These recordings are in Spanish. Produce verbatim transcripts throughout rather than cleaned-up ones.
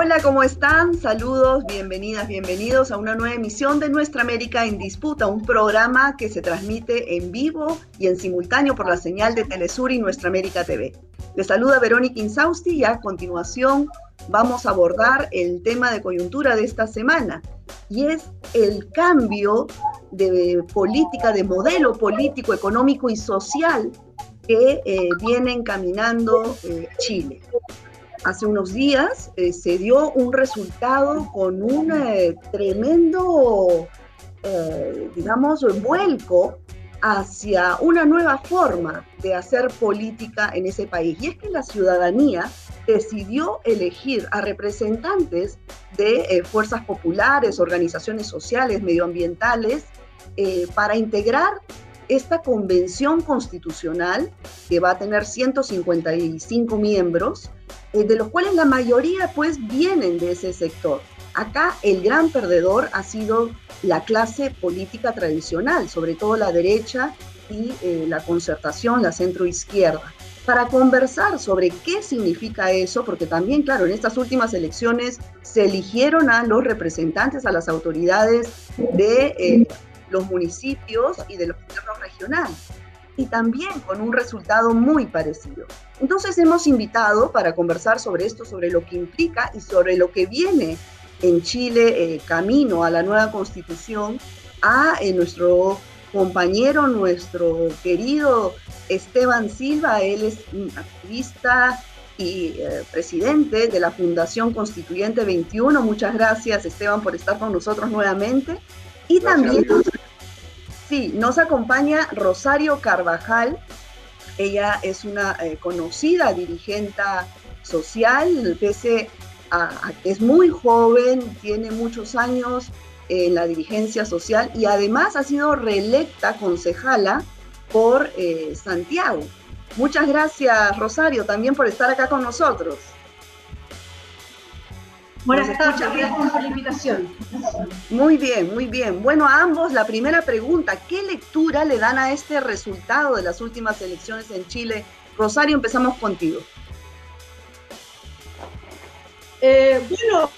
Hola, ¿cómo están? Saludos, bienvenidas, bienvenidos a una nueva emisión de Nuestra América en Disputa, un programa que se transmite en vivo y en simultáneo por la señal de Telesur y Nuestra América T V. Les saluda Verónica Insausti y a continuación vamos a abordar el tema de coyuntura de esta semana, y es el cambio de política, de modelo político, económico y social que eh, viene encaminando eh, Chile. Hace unos días eh, se dio un resultado con un eh, tremendo, eh, digamos, vuelco hacia una nueva forma de hacer política en ese país. Y es que la ciudadanía decidió elegir a representantes de eh, fuerzas populares, organizaciones sociales, medioambientales, eh, para integrar esta convención constitucional que va a tener ciento cincuenta y cinco miembros, eh, de los cuales la mayoría pues vienen de ese sector. Acá el gran perdedor ha sido la clase política tradicional, sobre todo la derecha y eh, la concertación, la centroizquierda. Para conversar sobre qué significa eso, porque también, claro, en estas últimas elecciones se eligieron a los representantes, a las autoridades de eh, los municipios y de los gobiernos regionales, y también con un resultado muy parecido. Entonces hemos invitado para conversar sobre esto, sobre lo que implica y sobre lo que viene en Chile, eh, camino a la nueva constitución, a eh, nuestro compañero, nuestro querido Esteban Silva. Él es un activista y eh, presidente de la Fundación Constituyente veintiuno. Muchas gracias, Esteban, por estar con nosotros nuevamente. Y gracias. También sí, nos acompaña Rosario Carvajal. Ella es una eh, conocida dirigente social, pese a, a que es muy joven, tiene muchos años en la dirigencia social y además ha sido reelecta concejala por eh, Santiago. Muchas gracias, Rosario, también por estar acá con nosotros. Buenas tardes, gracias por la invitación. Muy bien, muy bien. Bueno, a ambos la primera pregunta, ¿qué lectura le dan a este resultado de las últimas elecciones en Chile? Rosario, empezamos contigo. Eh, bueno,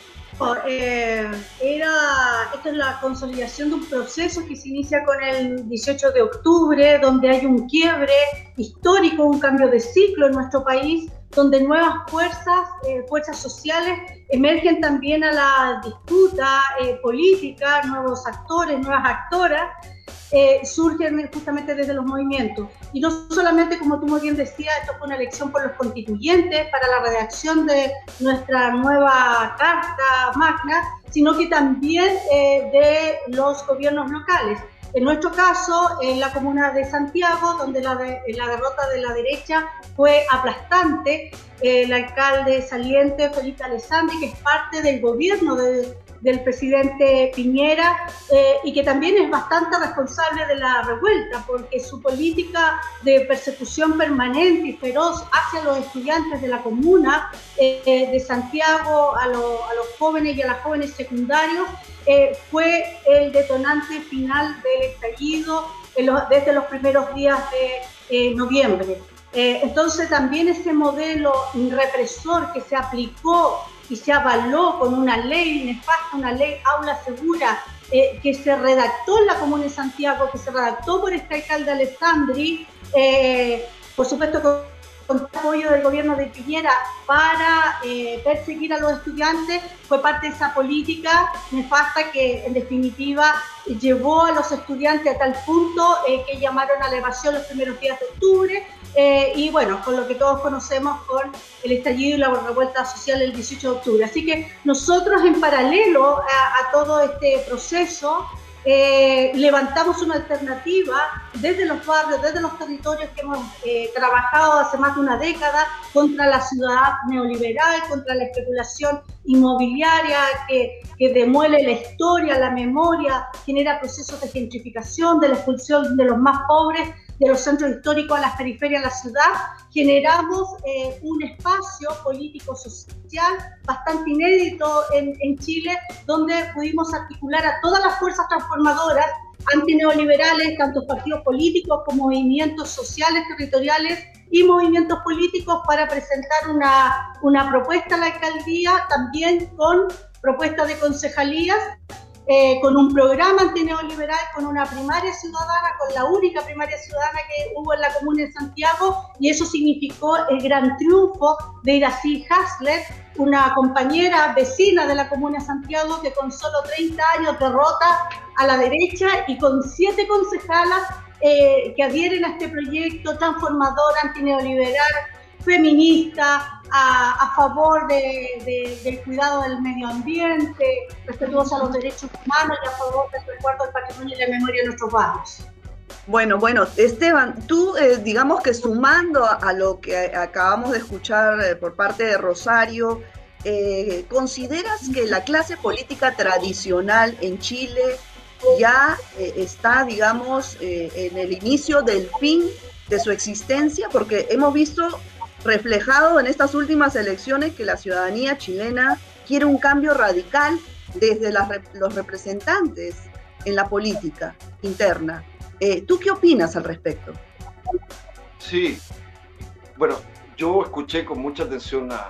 eh, era, esta es la consolidación de un proceso que se inicia con el dieciocho de octubre, donde hay un quiebre histórico, un cambio de ciclo en nuestro país, donde nuevas fuerzas, eh, fuerzas sociales emergen también a la disputa eh, política, nuevos actores, nuevas actoras, eh, surgen justamente desde los movimientos. Y no solamente, como tú muy bien decías, esto fue una elección por los constituyentes para la redacción de nuestra nueva Carta Magna, sino que también eh, de los gobiernos locales. En nuestro caso, en la comuna de Santiago, donde la, de, la derrota de la derecha fue aplastante, el alcalde saliente, Felipe Alessandri, que es parte del gobierno de, del presidente Piñera eh, y que también es bastante responsable de la revuelta, porque su política de persecución permanente y feroz hacia los estudiantes de la comuna eh, de Santiago, a, lo, a los jóvenes y a las jóvenes secundarios, Eh, fue el detonante final del estallido en los, desde los primeros días de eh, noviembre. Eh, entonces también ese modelo represor que se aplicó y se avaló con una ley nefasta, una ley aula segura, eh, que se redactó en la Comuna de Santiago, que se redactó por este alcalde Alessandri, eh, por supuesto con con el apoyo del gobierno de Piñera para eh, perseguir a los estudiantes, fue parte de esa política nefasta que en definitiva llevó a los estudiantes a tal punto eh, que llamaron a la evasión los primeros días de octubre eh, y bueno, con lo que todos conocemos con el estallido y la revuelta social el dieciocho de octubre. Así que nosotros en paralelo a, a todo este proceso Eh, levantamos una alternativa desde los barrios, desde los territorios que hemos eh, trabajado hace más de una década contra la ciudad neoliberal, contra la especulación inmobiliaria que, que demuele la historia, la memoria, genera procesos de gentrificación, de la expulsión de los más pobres, de los centros históricos a las periferias de la ciudad. Generamos eh, un espacio político-social bastante inédito en, en Chile, donde pudimos articular a todas las fuerzas transformadoras antineoliberales, tanto partidos políticos como movimientos sociales, territoriales y movimientos políticos para presentar una, una propuesta a la alcaldía, también con propuestas de concejalías, eh, con un programa antineoliberal, con una primaria ciudadana, con la única primaria ciudadana que hubo en la comuna de Santiago, y eso significó el gran triunfo de Iracy Hasler, una compañera vecina de la comuna de Santiago que con solo treinta años derrota a la derecha y con siete concejalas eh, que adhieren a este proyecto transformador, antineoliberal, feminista, a, a favor de, de, del cuidado del medio ambiente, respetuoso a los derechos humanos y a favor del resguardo del patrimonio y la memoria de nuestros barrios. Bueno, bueno, Esteban, tú eh, digamos que sumando a, a lo que acabamos de escuchar eh, por parte de Rosario, eh, ¿consideras que la clase política tradicional en Chile ya eh, está, digamos, eh, en el inicio del fin de su existencia? Porque hemos visto reflejado en estas últimas elecciones que la ciudadanía chilena quiere un cambio radical desde las, los representantes en la política interna. Eh, ¿Tú qué opinas al respecto? Sí, bueno, yo escuché con mucha atención a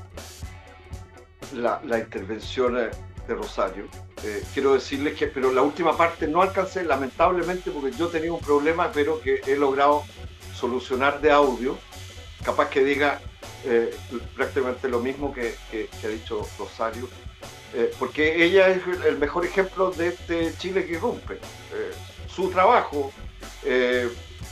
la, la intervención de Rosario. Eh, quiero decirles que, pero la última parte no alcancé, lamentablemente, porque yo tenía un problema, pero que he logrado solucionar de audio, capaz que diga eh, prácticamente lo mismo que, que, que ha dicho Rosario, eh, porque ella es el mejor ejemplo de este Chile que irrumpe. Eh, su trabajo eh,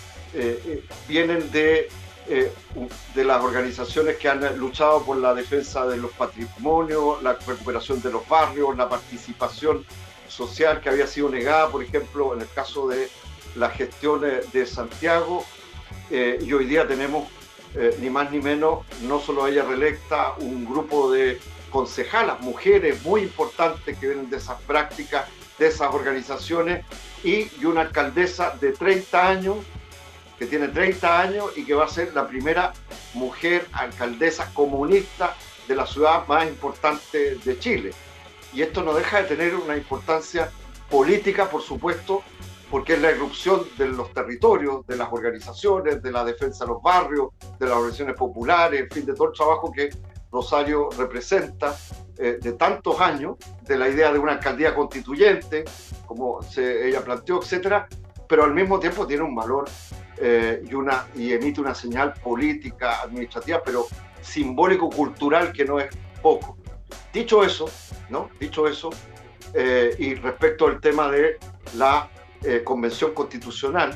eh, vienen de, eh, de las organizaciones que han luchado por la defensa de los patrimonios, la recuperación de los barrios, la participación social que había sido negada, por ejemplo, en el caso de la gestión de Santiago, eh, y hoy día tenemos eh, ni más ni menos, no solo ella reelecta, un grupo de concejalas, mujeres muy importantes que vienen de esas prácticas, de esas organizaciones, y, y una alcaldesa de treinta años, que tiene treinta años y que va a ser la primera mujer alcaldesa comunista de la ciudad más importante de Chile. Y esto no deja de tener una importancia política, por supuesto, porque es la irrupción de los territorios, de las organizaciones, de la defensa de los barrios, de las organizaciones populares, en fin, de todo el trabajo que Rosario representa eh, de tantos años, de la idea de una alcaldía constituyente, como se, ella planteó, etcétera, pero al mismo tiempo tiene un valor eh, y, una, y emite una señal política, administrativa, pero simbólico-cultural que no es poco. Dicho eso, ¿no? Dicho eso, eh, y respecto al tema de la eh, Convención Constitucional,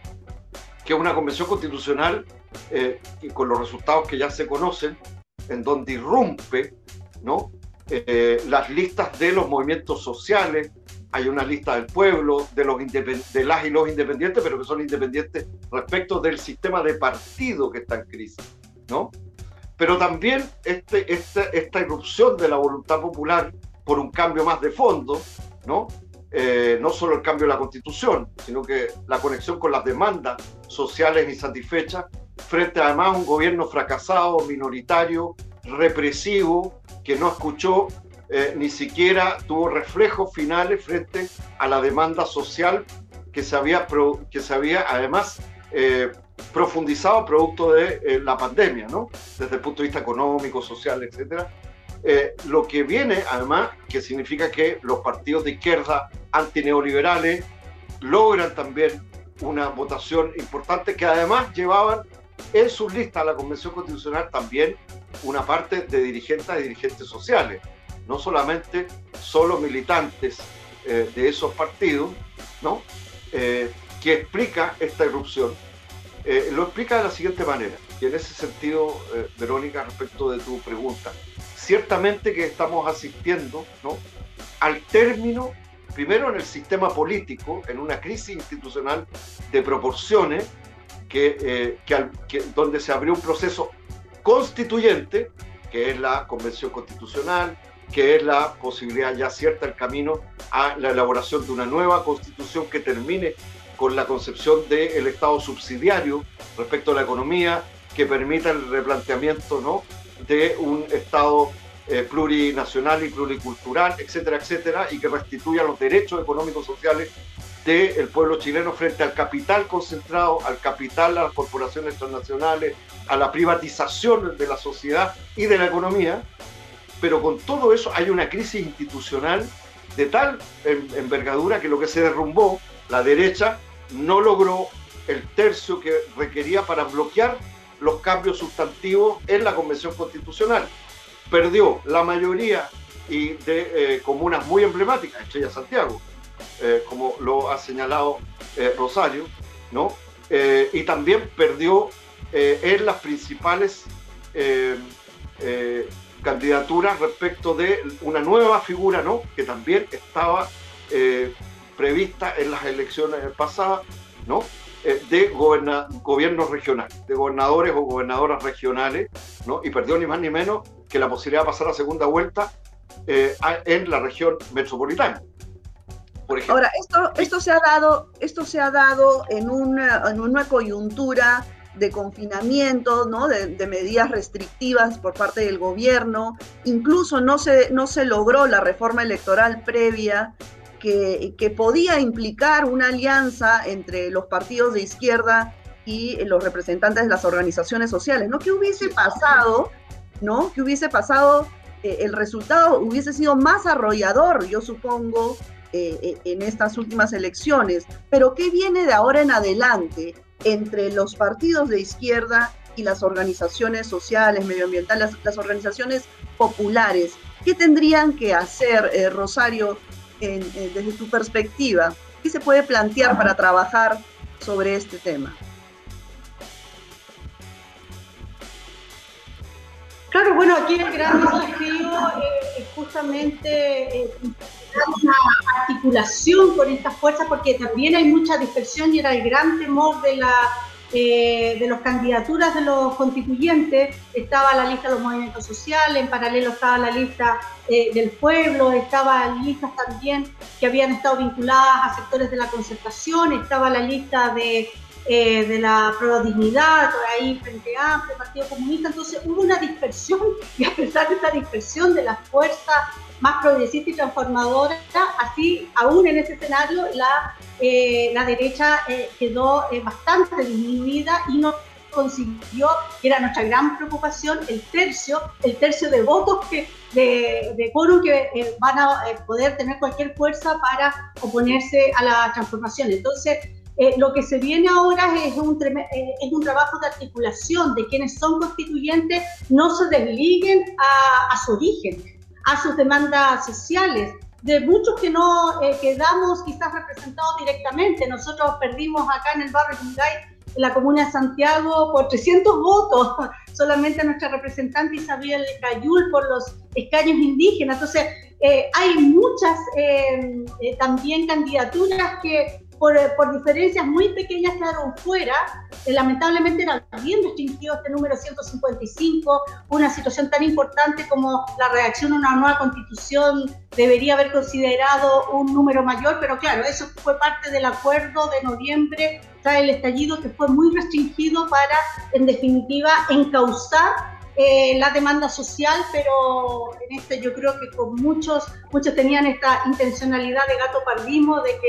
que es una Convención Constitucional eh, y con los resultados que ya se conocen, en donde irrumpe, ¿no? eh, las listas de los movimientos sociales. Hay una lista del pueblo, de, los de las y los independientes, pero que son independientes respecto del sistema de partido que está en crisis, ¿no? Pero también este, este, esta irrupción de la voluntad popular por un cambio más de fondo, ¿no? Eh, no solo el cambio de la Constitución, sino que la conexión con las demandas sociales insatisfechas, frente además a un gobierno fracasado, minoritario, represivo, que no escuchó eh, ni siquiera tuvo reflejos finales frente a la demanda social que se había, pro, que se había además eh, profundizado producto de eh, la pandemia, ¿no? Desde el punto de vista económico, social, etcétera. Eh, lo que viene además, que significa que los partidos de izquierda antineoliberales logran también una votación importante, que además llevaban en sus listas a la Convención Constitucional también una parte de dirigentes y dirigentes sociales, no solamente solo militantes eh, de esos partidos, ¿no? Eh, que explica esta irrupción. Eh, lo explica de la siguiente manera, y en ese sentido, eh, Verónica, respecto de tu pregunta, ciertamente que estamos asistiendo, ¿no?, al término, primero en el sistema político, en una crisis institucional de proporciones, que, eh, que, al, que donde se abrió un proceso constituyente, que es la Convención Constitucional, que es la posibilidad ya cierta, el camino a la elaboración de una nueva constitución que termine con la concepción del Estado subsidiario respecto a la economía, que permita el replanteamiento, ¿no?, de un Estado eh, plurinacional y pluricultural, etcétera, etcétera, y que restituya los derechos económicos sociales del pueblo chileno frente al capital concentrado, al capital, a las corporaciones transnacionales, a la privatización de la sociedad y de la economía. Pero con todo eso hay una crisis institucional de tal envergadura que lo que se derrumbó, la derecha no logró el tercio que requería para bloquear los cambios sustantivos en la Convención Constitucional. Perdió la mayoría y de eh, comunas muy emblemáticas, Estrella Santiago, eh, como lo ha señalado eh, Rosario, ¿no? Eh, y también perdió eh, en las principales eh, eh, candidaturas respecto de una nueva figura, ¿no? Que también estaba eh, prevista en las elecciones pasadas, ¿no? Eh, de goberna gobiernos regionales, de gobernadores o gobernadoras regionales, ¿no? Y perdió ni más ni menos que la posibilidad de pasar a segunda vuelta eh, a, en la región metropolitana. Por ejemplo. Ahora, esto, esto, se ha dado, esto se ha dado en una, en una coyuntura de confinamiento, ¿no? de, de medidas restrictivas por parte del gobierno. Incluso no se, no se logró la reforma electoral previa que, que podía implicar una alianza entre los partidos de izquierda y los representantes de las organizaciones sociales, ¿no? ¿Qué hubiese pasado, ¿no? ¿Qué hubiese pasado? Eh, el resultado hubiese sido más arrollador, yo supongo, eh, en estas últimas elecciones. Pero ¿qué viene de ahora en adelante entre los partidos de izquierda y las organizaciones sociales, medioambientales, las, las organizaciones populares? ¿Qué tendrían que hacer, eh, Rosario, en, eh, desde tu perspectiva? ¿Qué se puede plantear para trabajar sobre este tema? Claro, bueno, aquí el gran desafío eh, es justamente eh, una articulación con estas fuerzas, porque también hay mucha dispersión y era el gran temor de, la, eh, de las candidaturas de los constituyentes. Estaba la lista de los movimientos sociales, en paralelo estaba la lista eh, del pueblo, estaban listas también que habían estado vinculadas a sectores de la concertación, estaba la lista de Eh, de la Prodignidad, por ahí Frente Amplio, Partido Comunista. Entonces hubo una dispersión, y a pesar de esta dispersión de las fuerzas más progresistas y transformadoras, así aún en ese escenario la, eh, la derecha eh, quedó eh, bastante disminuida y no consiguió, que era nuestra gran preocupación, el tercio, el tercio de votos que, de, de quórum que eh, van a eh, poder tener cualquier fuerza para oponerse a la transformación. Entonces, Eh, lo que se viene ahora es un, eh, es un trabajo de articulación de quienes son constituyentes, no se desliguen a, a su origen, a sus demandas sociales, de muchos que no eh, quedamos quizás representados directamente. Nosotros perdimos acá en el barrio Yungay, en la comuna de Santiago, por trescientos votos, solamente nuestra representante Isabel Cayul por los escaños indígenas. Entonces, eh, hay muchas eh, eh, también candidaturas que Por, por diferencias muy pequeñas quedaron fuera. Eh, lamentablemente era bien restringido este número ciento cincuenta y cinco, una situación tan importante como la redacción de una nueva constitución debería haber considerado un número mayor, pero claro, eso fue parte del acuerdo de noviembre tras el estallido, que fue muy restringido para, en definitiva, encauzar Eh, la demanda social, pero en este yo creo que con muchos, muchos tenían esta intencionalidad de gato pardismo, de que,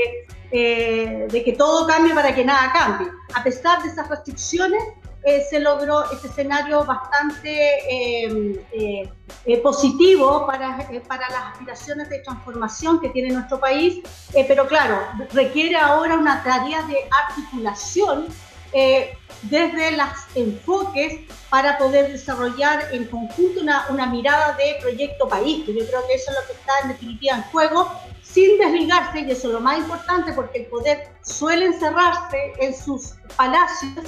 eh, de que todo cambie para que nada cambie. A pesar de esas restricciones, eh, se logró este escenario bastante eh, eh, eh, positivo para, eh, para las aspiraciones de transformación que tiene nuestro país, eh, pero claro, requiere ahora una tarea de articulación eh, desde los enfoques para poder desarrollar en conjunto una, una mirada de proyecto país, que yo creo que eso es lo que está en definitiva en juego, sin desligarse, y eso es lo más importante, porque el poder suele encerrarse en sus palacios,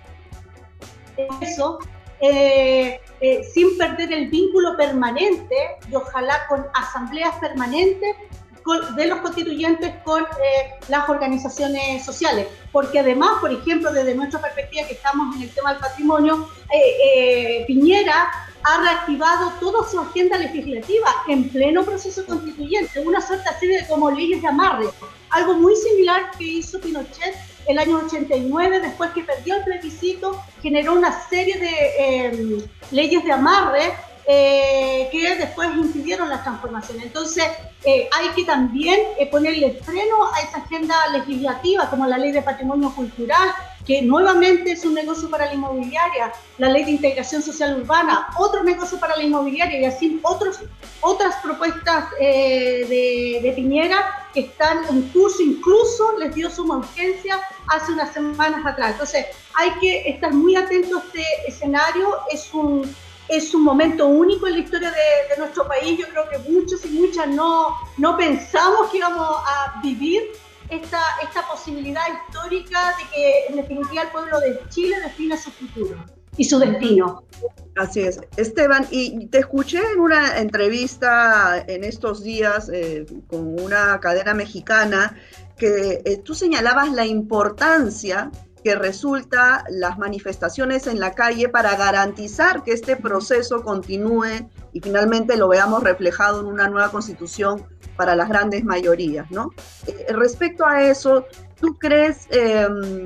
eso, eh, eh, sin perder el vínculo permanente, y ojalá con asambleas permanentes de los constituyentes con eh, las organizaciones sociales, porque además, por ejemplo, desde nuestra perspectiva, que estamos en el tema del patrimonio, eh, eh, Piñera ha reactivado toda su agenda legislativa en pleno proceso constituyente, una suerte así de como leyes de amarre, algo muy similar que hizo Pinochet el año ochenta y nueve, después que perdió el plebiscito, generó una serie de eh, leyes de amarre eh, que después impidieron las transformaciones. Entonces, eh, hay que también eh, ponerle freno a esa agenda legislativa, como la ley de patrimonio cultural, que nuevamente es un negocio para la inmobiliaria, la ley de integración social urbana, otro negocio para la inmobiliaria, y así otros, otras propuestas eh, de, de Piñera que están en curso, incluso les dio suma urgencia hace unas semanas atrás. Entonces, hay que estar muy atentos a este escenario. Es un, es un momento único en la historia de, de nuestro país. Yo creo que muchos y muchas no, no pensamos que íbamos a vivir esta, esta posibilidad histórica de que, en definitiva, el pueblo de Chile defina su futuro y su destino. Así es. Esteban, y te escuché en una entrevista en estos días eh, con una cadena mexicana que eh, tú señalabas la importancia que resulta las manifestaciones en la calle para garantizar que este proceso continúe y finalmente lo veamos reflejado en una nueva constitución para las grandes mayorías, ¿no? Eh, respecto a eso, ¿tú crees eh,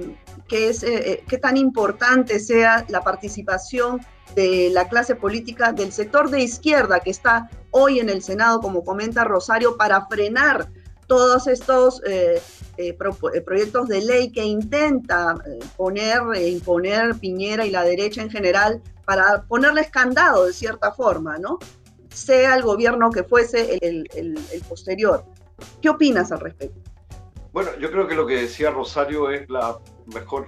que es eh, qué tan importante sea la participación de la clase política del sector de izquierda que está hoy en el Senado, como comenta Rosario, para frenar todos estos eh, eh, pro, eh, proyectos de ley que intenta eh, poner e eh, imponer Piñera y la derecha en general para ponerles candado de cierta forma, ¿no? Sea el gobierno que fuese el, el, el posterior. ¿Qué opinas al respecto? Bueno, yo creo que lo que decía Rosario es la mejor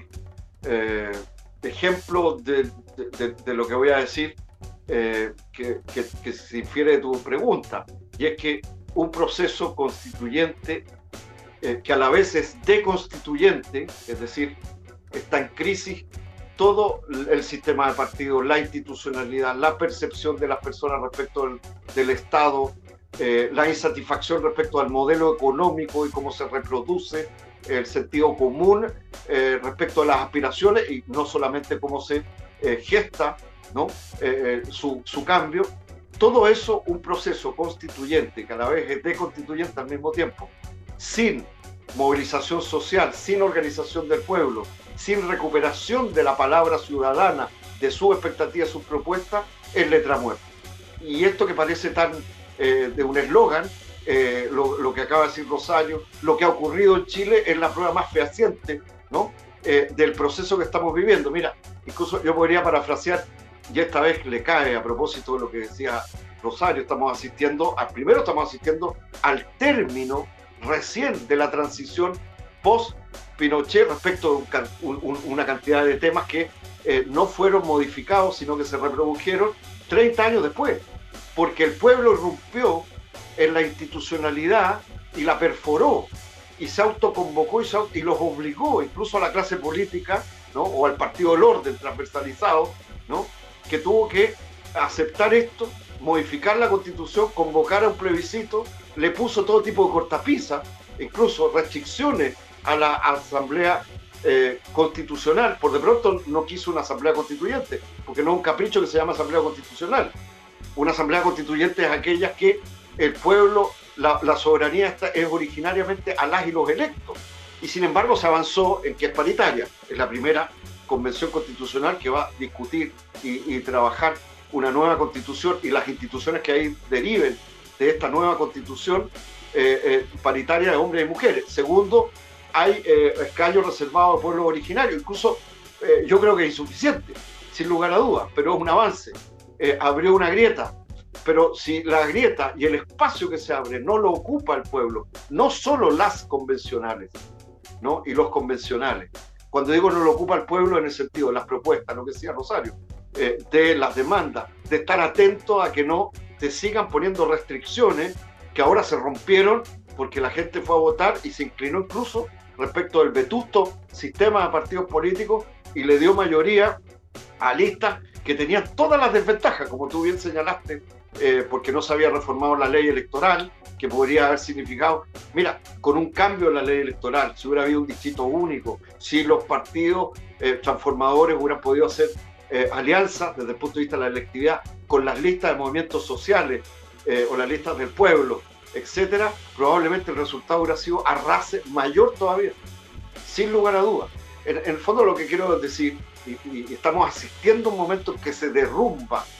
eh, ejemplo de, de, de, de lo que voy a decir, eh, que, que, que se infiere de tu pregunta, y es que un proceso constituyente eh, que a la vez es deconstituyente, es decir, está en crisis todo el sistema de partidos, la institucionalidad, la percepción de las personas respecto del, del Estado, eh, la insatisfacción respecto al modelo económico y cómo se reproduce el sentido común eh, respecto a las aspiraciones y no solamente cómo se eh, gesta, ¿no? eh, su, su cambio. Todo eso, un proceso constituyente que a la vez es deconstituyente al mismo tiempo, sin movilización social, sin organización del pueblo, sin recuperación de la palabra ciudadana, de su expectativa, sus propuestas, es letra muerta. Y esto que parece tan eh, de un eslogan, eh, lo, lo que acaba de decir Rosario, lo que ha ocurrido en Chile es la prueba más fehaciente, ¿no? eh, del proceso que estamos viviendo. Mira, incluso yo podría parafrasear, y esta vez le cae a propósito de lo que decía Rosario, estamos asistiendo, al primero estamos asistiendo al término recién de la transición post-Pinochet respecto de un, un, una cantidad de temas que eh, no fueron modificados, sino que se reprodujeron treinta años después, porque el pueblo irrumpió en la institucionalidad y la perforó, y se autoconvocó y, se auto, y los obligó, incluso a la clase política, ¿no? O al Partido del Orden transversalizado, ¿no? Que tuvo que aceptar esto, modificar la Constitución, convocar a un plebiscito, le puso todo tipo de cortapisas, incluso restricciones a la Asamblea eh, Constitucional. Por de pronto no quiso una Asamblea Constituyente, porque no es un capricho que se llama Asamblea Constitucional. Una Asamblea Constituyente es aquella que el pueblo, la, la soberanía está, es originariamente a las y los electos, y sin embargo se avanzó en que es paritaria. Es la primera convención constitucional que va a discutir y, y trabajar una nueva constitución y las instituciones que ahí deriven de esta nueva constitución eh, eh, paritaria de hombres y mujeres. Segundo, hay eh, escaños reservados a pueblos originarios, incluso eh, yo creo que es insuficiente, sin lugar a dudas, pero es un avance. Eh, abrió una grieta, pero si la grieta y el espacio que se abre no lo ocupa el pueblo, no solo las convencionales, ¿no? Y los convencionales. Cuando digo no lo ocupa el pueblo en el sentido de las propuestas, lo que decía Rosario, eh, de las demandas, de estar atento a que no te sigan poniendo restricciones que ahora se rompieron porque la gente fue a votar y se inclinó incluso respecto del vetusto sistema de partidos políticos y le dio mayoría a listas que tenían todas las desventajas, como tú bien señalaste, eh, porque no se había reformado la ley electoral, que podría haber significado, mira, con un cambio en la ley electoral, si hubiera habido un distrito único, si los partidos eh, transformadores hubieran podido hacer eh, alianzas desde el punto de vista de la electividad con las listas de movimientos sociales eh, o las listas del pueblo, etcétera, probablemente el resultado hubiera sido arrase mayor todavía, sin lugar a dudas. En, en el fondo lo que quiero decir, y, y estamos asistiendo a un momento en que se derrumba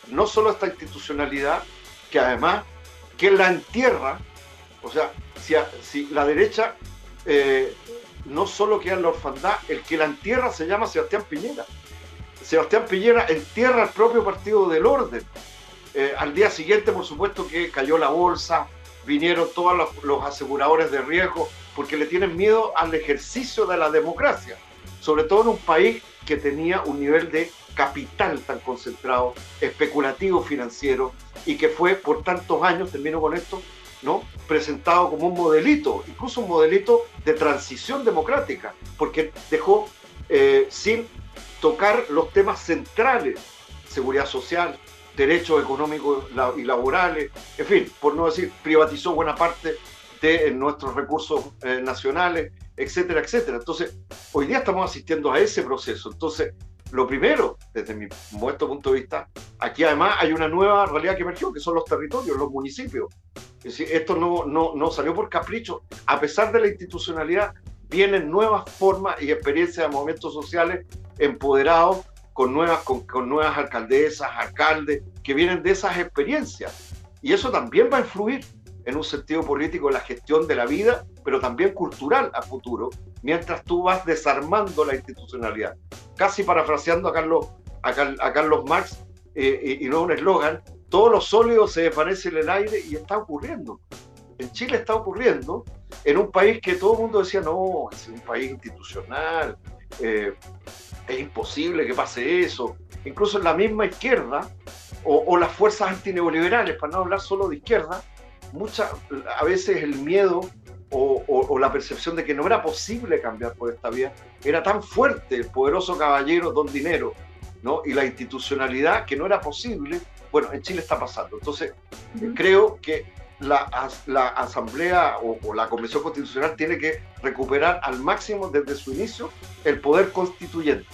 no solo esta institucionalidad, que además, que la entierra, o sea, si, a, si la derecha eh, no solo queda en la orfandad, el que la entierra se llama Sebastián Piñera. Sebastián Piñera entierra al propio Partido del Orden. Eh, al día siguiente, por supuesto, que cayó la bolsa, vinieron todos los, los aseguradores de riesgo, porque le tienen miedo al ejercicio de la democracia, sobre todo en un país que tenía un nivel de capital tan concentrado, especulativo financiero, y que fue por tantos años, termino con esto, ¿no?, presentado como un modelito, incluso un modelito de transición democrática, porque dejó eh, sin tocar los temas centrales, seguridad social, derechos económicos y laborales, en fin, por no decir, privatizó buena parte de nuestros recursos eh, nacionales, etcétera, etcétera. Entonces, hoy día estamos asistiendo a ese proceso. Entonces, lo primero, desde mi modesto punto de vista, aquí además hay una nueva realidad que emergió, que son los territorios, los municipios. Es decir, esto no, no, no salió por capricho. A pesar de la institucionalidad, vienen nuevas formas y experiencias de movimientos sociales empoderados, con nuevas, con, con nuevas alcaldesas, alcaldes, que vienen de esas experiencias. Y eso también va a influir en un sentido político en la gestión de la vida, pero también cultural a futuro, mientras tú vas desarmando la institucionalidad. Casi parafraseando a Carlos, a, Carl, a Carlos Marx, eh, y, y no un eslogan, todo lo sólido se desvanece en el aire, y está ocurriendo. En Chile está ocurriendo, en un país que todo el mundo decía, no, es un país institucional, eh, es imposible que pase eso. Incluso en la misma izquierda, o, o las fuerzas antineoliberales, para no hablar solo de izquierda, muchas, a veces el miedo o, o, o la percepción de que no era posible cambiar por esta vía, era tan fuerte el poderoso caballero Don Dinero, ¿no?, y la institucionalidad, que no era posible. Bueno, en Chile está pasando. Entonces, uh-huh. creo que la, la Asamblea o, o la Convención Constitucional tiene que recuperar al máximo desde su inicio el poder constituyente.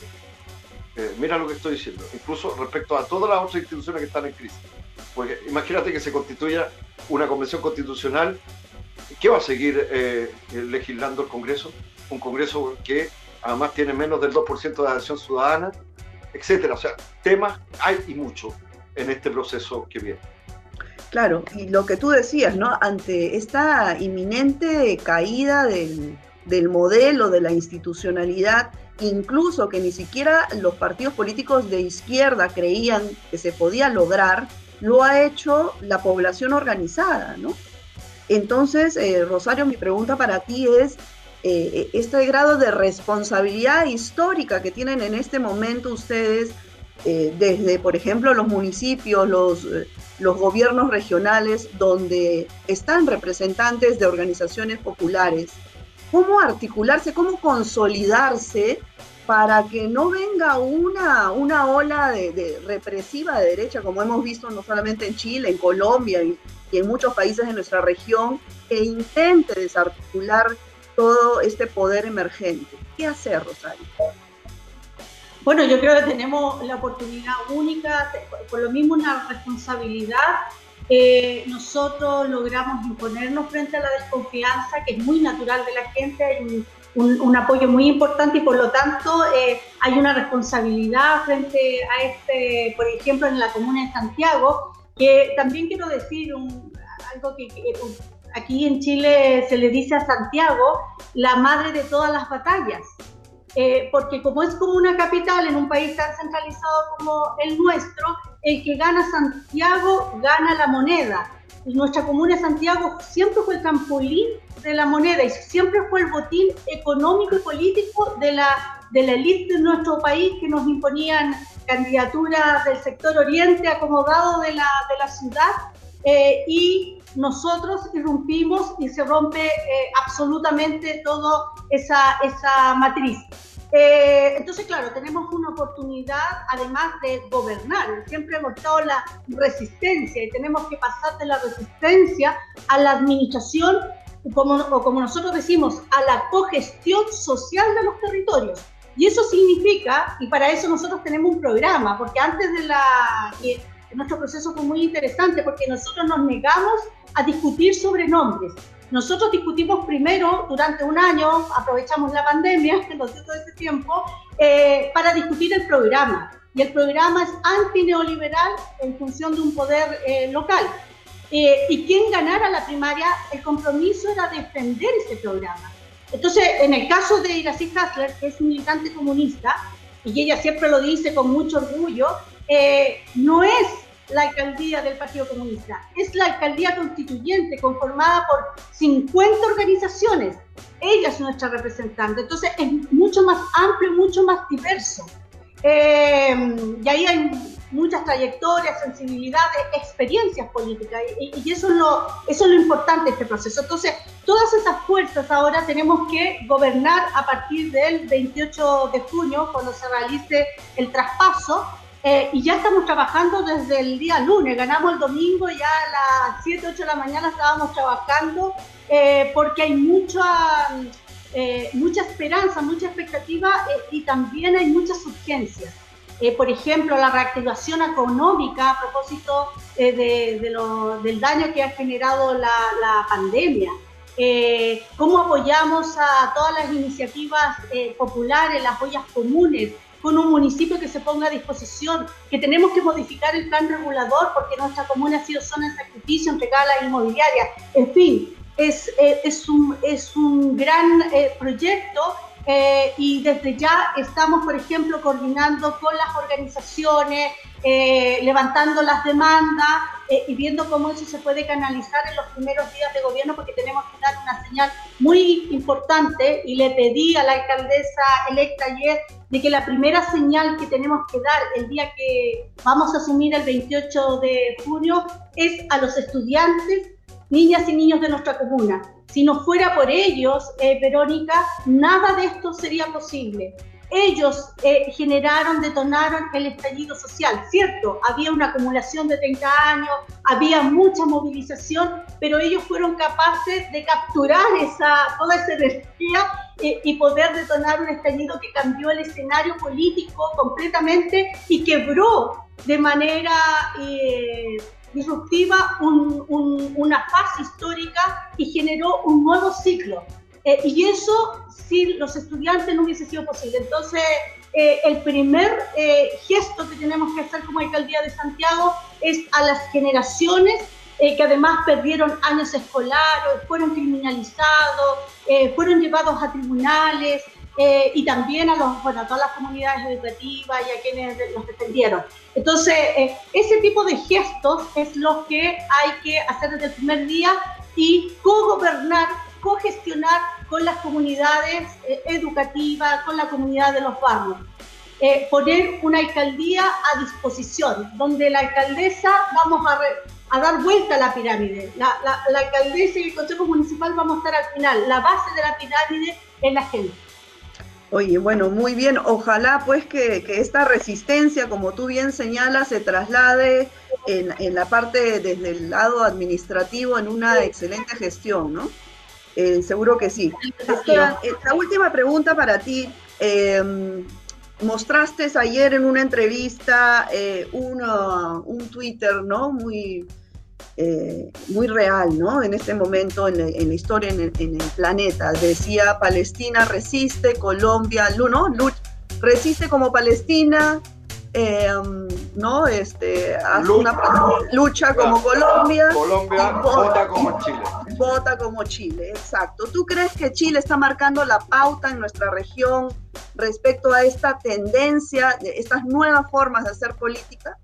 Eh, mira lo que estoy diciendo, incluso respecto a todas las otras instituciones que están en crisis. Porque imagínate que se constituya una Convención Constitucional, ¿qué va a seguir eh, legislando el Congreso? Un Congreso que además tiene menos del dos por ciento de adhesión ciudadana, etcétera. O sea, temas hay y mucho en este proceso que viene. Claro, y lo que tú decías, ¿no? Ante esta inminente caída del, del modelo, de la institucionalidad, incluso que ni siquiera los partidos políticos de izquierda creían que se podía lograr, lo ha hecho la población organizada, ¿no? Entonces, eh, Rosario, mi pregunta para ti es, eh, este grado de responsabilidad histórica que tienen en este momento ustedes, eh, desde, por ejemplo, los municipios, los, eh, los gobiernos regionales, donde están representantes de organizaciones populares, ¿cómo articularse, cómo consolidarse para que no venga una, una ola de, de represiva de derecha, como hemos visto no solamente en Chile, en Colombia y, y en muchos países de nuestra región, que intente desarticular todo este poder emergente? ¿Qué hacer, Rosario? Bueno, yo creo que tenemos la oportunidad única, por lo mismo una responsabilidad. Eh, nosotros logramos imponernos frente a la desconfianza, que es muy natural de la gente. Hay un, un, un apoyo muy importante y por lo tanto eh, hay una responsabilidad frente a este, por ejemplo, en la comuna de Santiago, que también quiero decir un, algo que, que aquí en Chile se le dice a Santiago la madre de todas las batallas. Eh, porque como es como una capital en un país tan centralizado como el nuestro, el que gana Santiago gana la moneda. Y nuestra comuna de Santiago siempre fue el trampolín de la moneda y siempre fue el botín económico y político de la, de la élite de nuestro país, que nos imponían candidaturas del sector oriente acomodado de la, de la ciudad, eh, y nosotros irrumpimos y se rompe eh, absolutamente toda esa, esa matriz. Eh, entonces, claro, tenemos una oportunidad además de gobernar. Siempre hemos estado en la resistencia y tenemos que pasar de la resistencia a la administración, como, o como nosotros decimos, a la cogestión social de los territorios. Y eso significa, y para eso nosotros tenemos un programa, porque antes de la... Eh, nuestro proceso fue muy interesante porque nosotros nos negamos a discutir sobre nombres. Nosotros discutimos primero durante un año, aprovechamos la pandemia, ¿no es cierto?, de ese tiempo, eh, para discutir el programa. y el programa es antineoliberal en función de un poder eh, local. Eh, y quien ganara la primaria, el compromiso era defender ese programa. Entonces, en el caso de Iracy Hasler, que es militante comunista, y ella siempre lo dice con mucho orgullo, eh, no es la alcaldía del Partido Comunista, es la alcaldía constituyente conformada por cincuenta organizaciones. Ella es nuestra representante, entonces es mucho más amplio, mucho más diverso. Eh, y ahí hay muchas trayectorias, sensibilidades, experiencias políticas, y, y eso, es lo, eso es lo importante de este proceso. Entonces, todas esas fuerzas ahora tenemos que gobernar a partir del veintiocho de junio, cuando se realice el traspaso, eh, y ya estamos trabajando desde el día lunes. Ganamos el domingo, ya a las siete, ocho de la mañana estábamos trabajando, eh, porque hay mucha... Eh, mucha esperanza, mucha expectativa, eh, y también hay muchas urgencias. Eh, por ejemplo, la reactivación económica a propósito eh, de, de lo, del daño que ha generado la, la pandemia. Eh, cómo apoyamos a todas las iniciativas eh, populares, las ollas comunes, con un municipio que se ponga a disposición, que tenemos que modificar el plan regulador porque nuestra comuna ha sido zona de sacrificio entregada a la inmobiliaria. En fin, Es, eh, es, un, es un gran eh, proyecto, eh, y desde ya estamos, por ejemplo, coordinando con las organizaciones, eh, levantando las demandas eh, y viendo cómo eso se puede canalizar en los primeros días de gobierno, porque tenemos que dar una señal muy importante, y le pedí a la alcaldesa electa ayer de que la primera señal que tenemos que dar el día que vamos a asumir el veintiocho de junio es a los estudiantes, niñas y niños de nuestra comuna. Si no fuera por ellos, eh, Verónica, nada de esto sería posible. Ellos eh, generaron, detonaron el estallido social, ¿cierto? Había una acumulación de treinta años, había mucha movilización, pero ellos fueron capaces de capturar esa, toda esa energía eh, y poder detonar un estallido que cambió el escenario político completamente y quebró de manera... Eh, disruptiva un, un, una fase histórica y generó un nuevo ciclo. Eh, y eso sin los estudiantes no hubiese sido posible. Entonces, eh, el primer eh, gesto que tenemos que hacer como alcaldía de Santiago es a las generaciones eh, que además perdieron años escolares, fueron criminalizados, eh, fueron llevados a tribunales, Eh, y también a, los, bueno, a todas las comunidades educativas y a quienes los defendieron. Entonces, eh, ese tipo de gestos es lo que hay que hacer desde el primer día y co-gobernar, co-gestionar con las comunidades eh, educativas, con la comunidad de los barrios. Eh, poner una alcaldía a disposición, donde la alcaldesa vamos a, re, a dar vuelta a la pirámide. La, la, la alcaldesa y el consejo municipal vamos a estar al final. La base de la pirámide es la gente. Oye, bueno, muy bien. Ojalá pues que, que esta resistencia, como tú bien señalas, se traslade en, en la parte desde el lado administrativo en una excelente gestión, ¿no? Eh, seguro que sí. Esteban, eh, la última pregunta para ti. Eh, mostraste ayer en una entrevista eh, una, un Twitter, ¿no? Muy... Eh, muy real, ¿no? En este momento en, en la historia, en el, en el planeta. Decía: Palestina resiste, Colombia, ¿no? Luch, resiste como Palestina, eh, ¿no? Este, hace lucha, una lucha como Colombia. Colombia vota, vota como Chile. Vota como Chile, exacto. ¿Tú crees que Chile está marcando la pauta en nuestra región respecto a esta tendencia, estas nuevas formas de hacer política?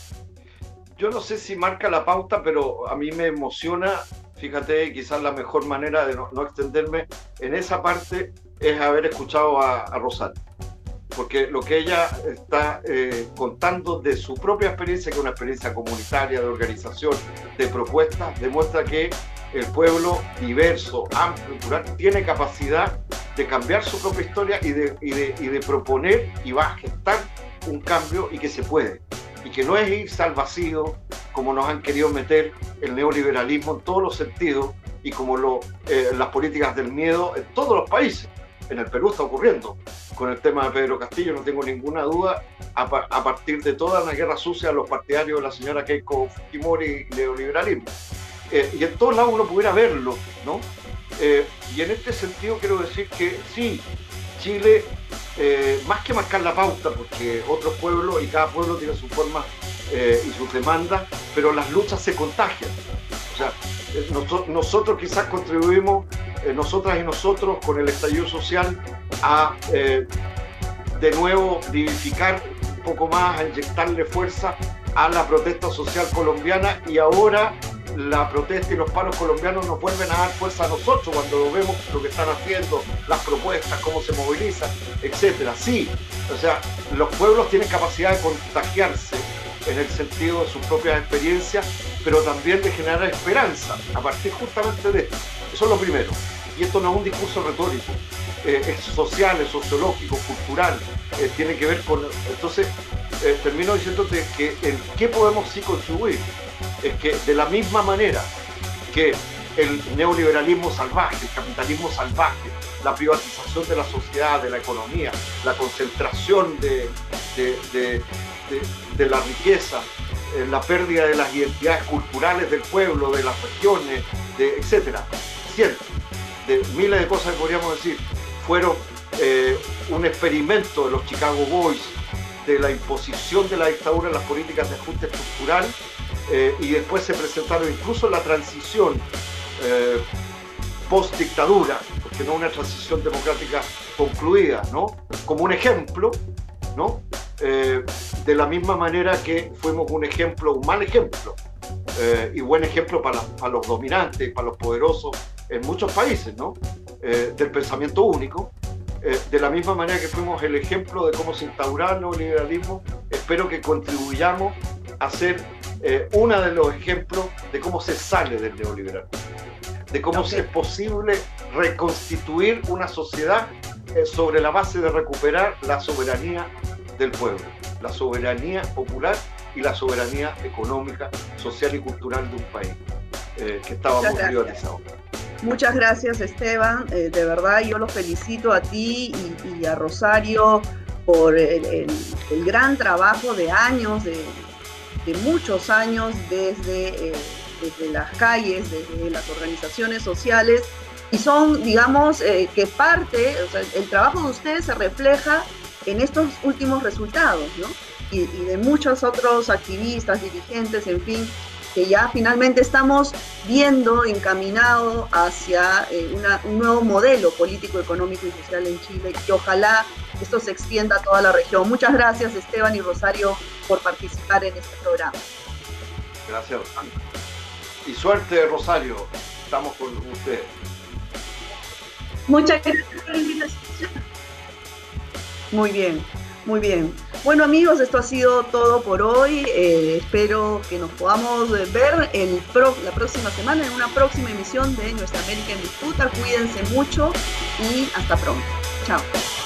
Yo no sé si marca la pauta, pero a mí me emociona, fíjate, quizás la mejor manera de no, no extenderme en esa parte es haber escuchado a, a Rosal, porque lo que ella está eh, contando de su propia experiencia, que es una experiencia comunitaria, de organización, de propuestas, demuestra que el pueblo diverso, amplio, plural, tiene capacidad de cambiar su propia historia y de, y de, y de proponer y va a gestar un cambio, y que se puede. Y que no es irse al vacío, como nos han querido meter el neoliberalismo en todos los sentidos, y como lo, eh, las políticas del miedo en todos los países. En el Perú está ocurriendo con el tema de Pedro Castillo, no tengo ninguna duda, a, a partir de toda la guerra sucia a los partidarios de la señora Keiko Fujimori y neoliberalismo. Eh, y en todos lados uno pudiera verlo, ¿no? Eh, y en este sentido quiero decir que sí, Chile, eh, más que marcar la pauta, porque otros pueblos y cada pueblo tiene su forma eh, y sus demandas, pero las luchas se contagian. O sea, eh, nosotros, nosotros quizás contribuimos, eh, nosotras y nosotros, con el estallido social, a eh, de nuevo vivificar un poco más, a inyectarle fuerza a la protesta social colombiana, y ahora la protesta y los paros colombianos nos vuelven a dar fuerza a nosotros cuando vemos lo que están haciendo, las propuestas, cómo se movilizan, etcétera. Sí, o sea, los pueblos tienen capacidad de contagiarse en el sentido de sus propias experiencias, pero también de generar esperanza a partir justamente de esto. Eso es lo primero. Y esto no es un discurso retórico, eh, es social, es sociológico, cultural, eh, tiene que ver con... Entonces, eh, termino diciéndote que en qué podemos sí contribuir. Es que de la misma manera que el neoliberalismo salvaje, el capitalismo salvaje, la privatización de la sociedad, de la economía, la concentración de, de, de, de, de la riqueza, eh, la pérdida de las identidades culturales del pueblo, de las regiones, de, etcétera, cierto, de miles de cosas que podríamos decir, fueron eh, un experimento de los Chicago Boys, de la imposición de la dictadura en las políticas de ajuste estructural. Eh, y después se presentaron incluso la transición eh, post-dictadura, porque no una transición democrática concluida, ¿no? Como un ejemplo, ¿no? Eh, de la misma manera que fuimos un ejemplo, un mal ejemplo, eh, y buen ejemplo para, para los dominantes, para los poderosos en muchos países, ¿no? Eh, del pensamiento único. Eh, de la misma manera que fuimos el ejemplo de cómo se instauraba el neoliberalismo, espero que contribuyamos a ser eh, uno de los ejemplos de cómo se sale del neoliberalismo, de cómo okay. es posible reconstituir una sociedad eh, sobre la base de recuperar la soberanía del pueblo, la soberanía popular y la soberanía económica, social y cultural de un país eh, que estaba muy privatizado. Muchas gracias, Esteban. Eh, de verdad, yo los felicito a ti y, y a Rosario por el, el, el gran trabajo de años, de, de muchos años, desde, eh, desde las calles, desde las organizaciones sociales. Y son, digamos, eh, que parte, o sea, el trabajo de ustedes se refleja en estos últimos resultados, ¿no? Y, y de muchos otros activistas, dirigentes, en fin, que ya finalmente estamos viendo encaminado hacia eh, una, un nuevo modelo político, económico y social en Chile, y ojalá esto se extienda a toda la región. Muchas gracias, Esteban y Rosario, por participar en este programa. Gracias, Rosario. Y suerte, Rosario. Estamos con ustedes. Muchas gracias por la invitación. Muy bien. Muy bien. Bueno, amigos, esto ha sido todo por hoy. Eh, espero que nos podamos ver el pro, la próxima semana en una próxima emisión de Nuestra América en Disputa. Cuídense mucho y hasta pronto. Chao.